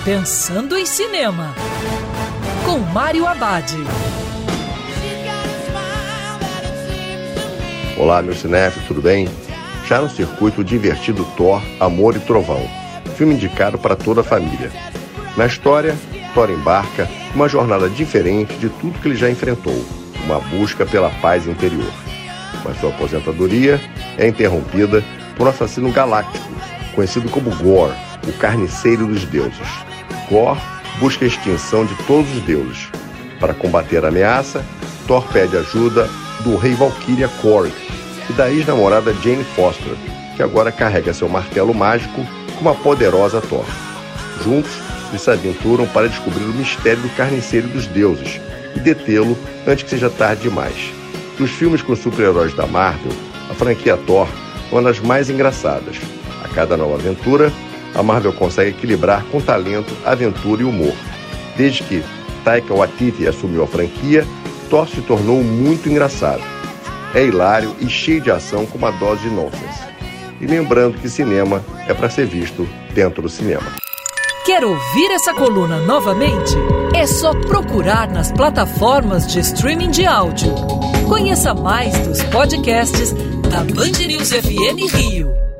Pensando em Cinema, com Mário Abad. Olá, meu cinéfilo, tudo bem? Já no circuito divertido Thor, Amor e Trovão, filme indicado para toda a família. Na história, Thor embarca uma jornada diferente de tudo que ele já enfrentou, uma busca pela paz interior. Mas sua aposentadoria é interrompida por um assassino galáctico, conhecido como Gorr, o carniceiro dos deuses. Gorr busca a extinção de todos os deuses. Para combater a ameaça, Thor pede ajuda do rei Valkyria Korg e da ex-namorada Jane Foster, que agora carrega seu martelo mágico com uma poderosa Thor. Juntos, eles se aventuram para descobrir o mistério do carniceiro dos deuses e detê-lo antes que seja tarde demais. Dos filmes com super-heróis da Marvel, a franquia Thor é uma das mais engraçadas. A cada nova aventura, a Marvel consegue equilibrar com talento, aventura e humor. Desde que Taika Waititi assumiu a franquia, Thor se tornou muito engraçado. É hilário e cheio de ação com uma dose de nonsense. E lembrando que cinema é para ser visto dentro do cinema. Quer ouvir essa coluna novamente? É só procurar nas plataformas de streaming de áudio. Conheça mais dos podcasts da Band News FM Rio.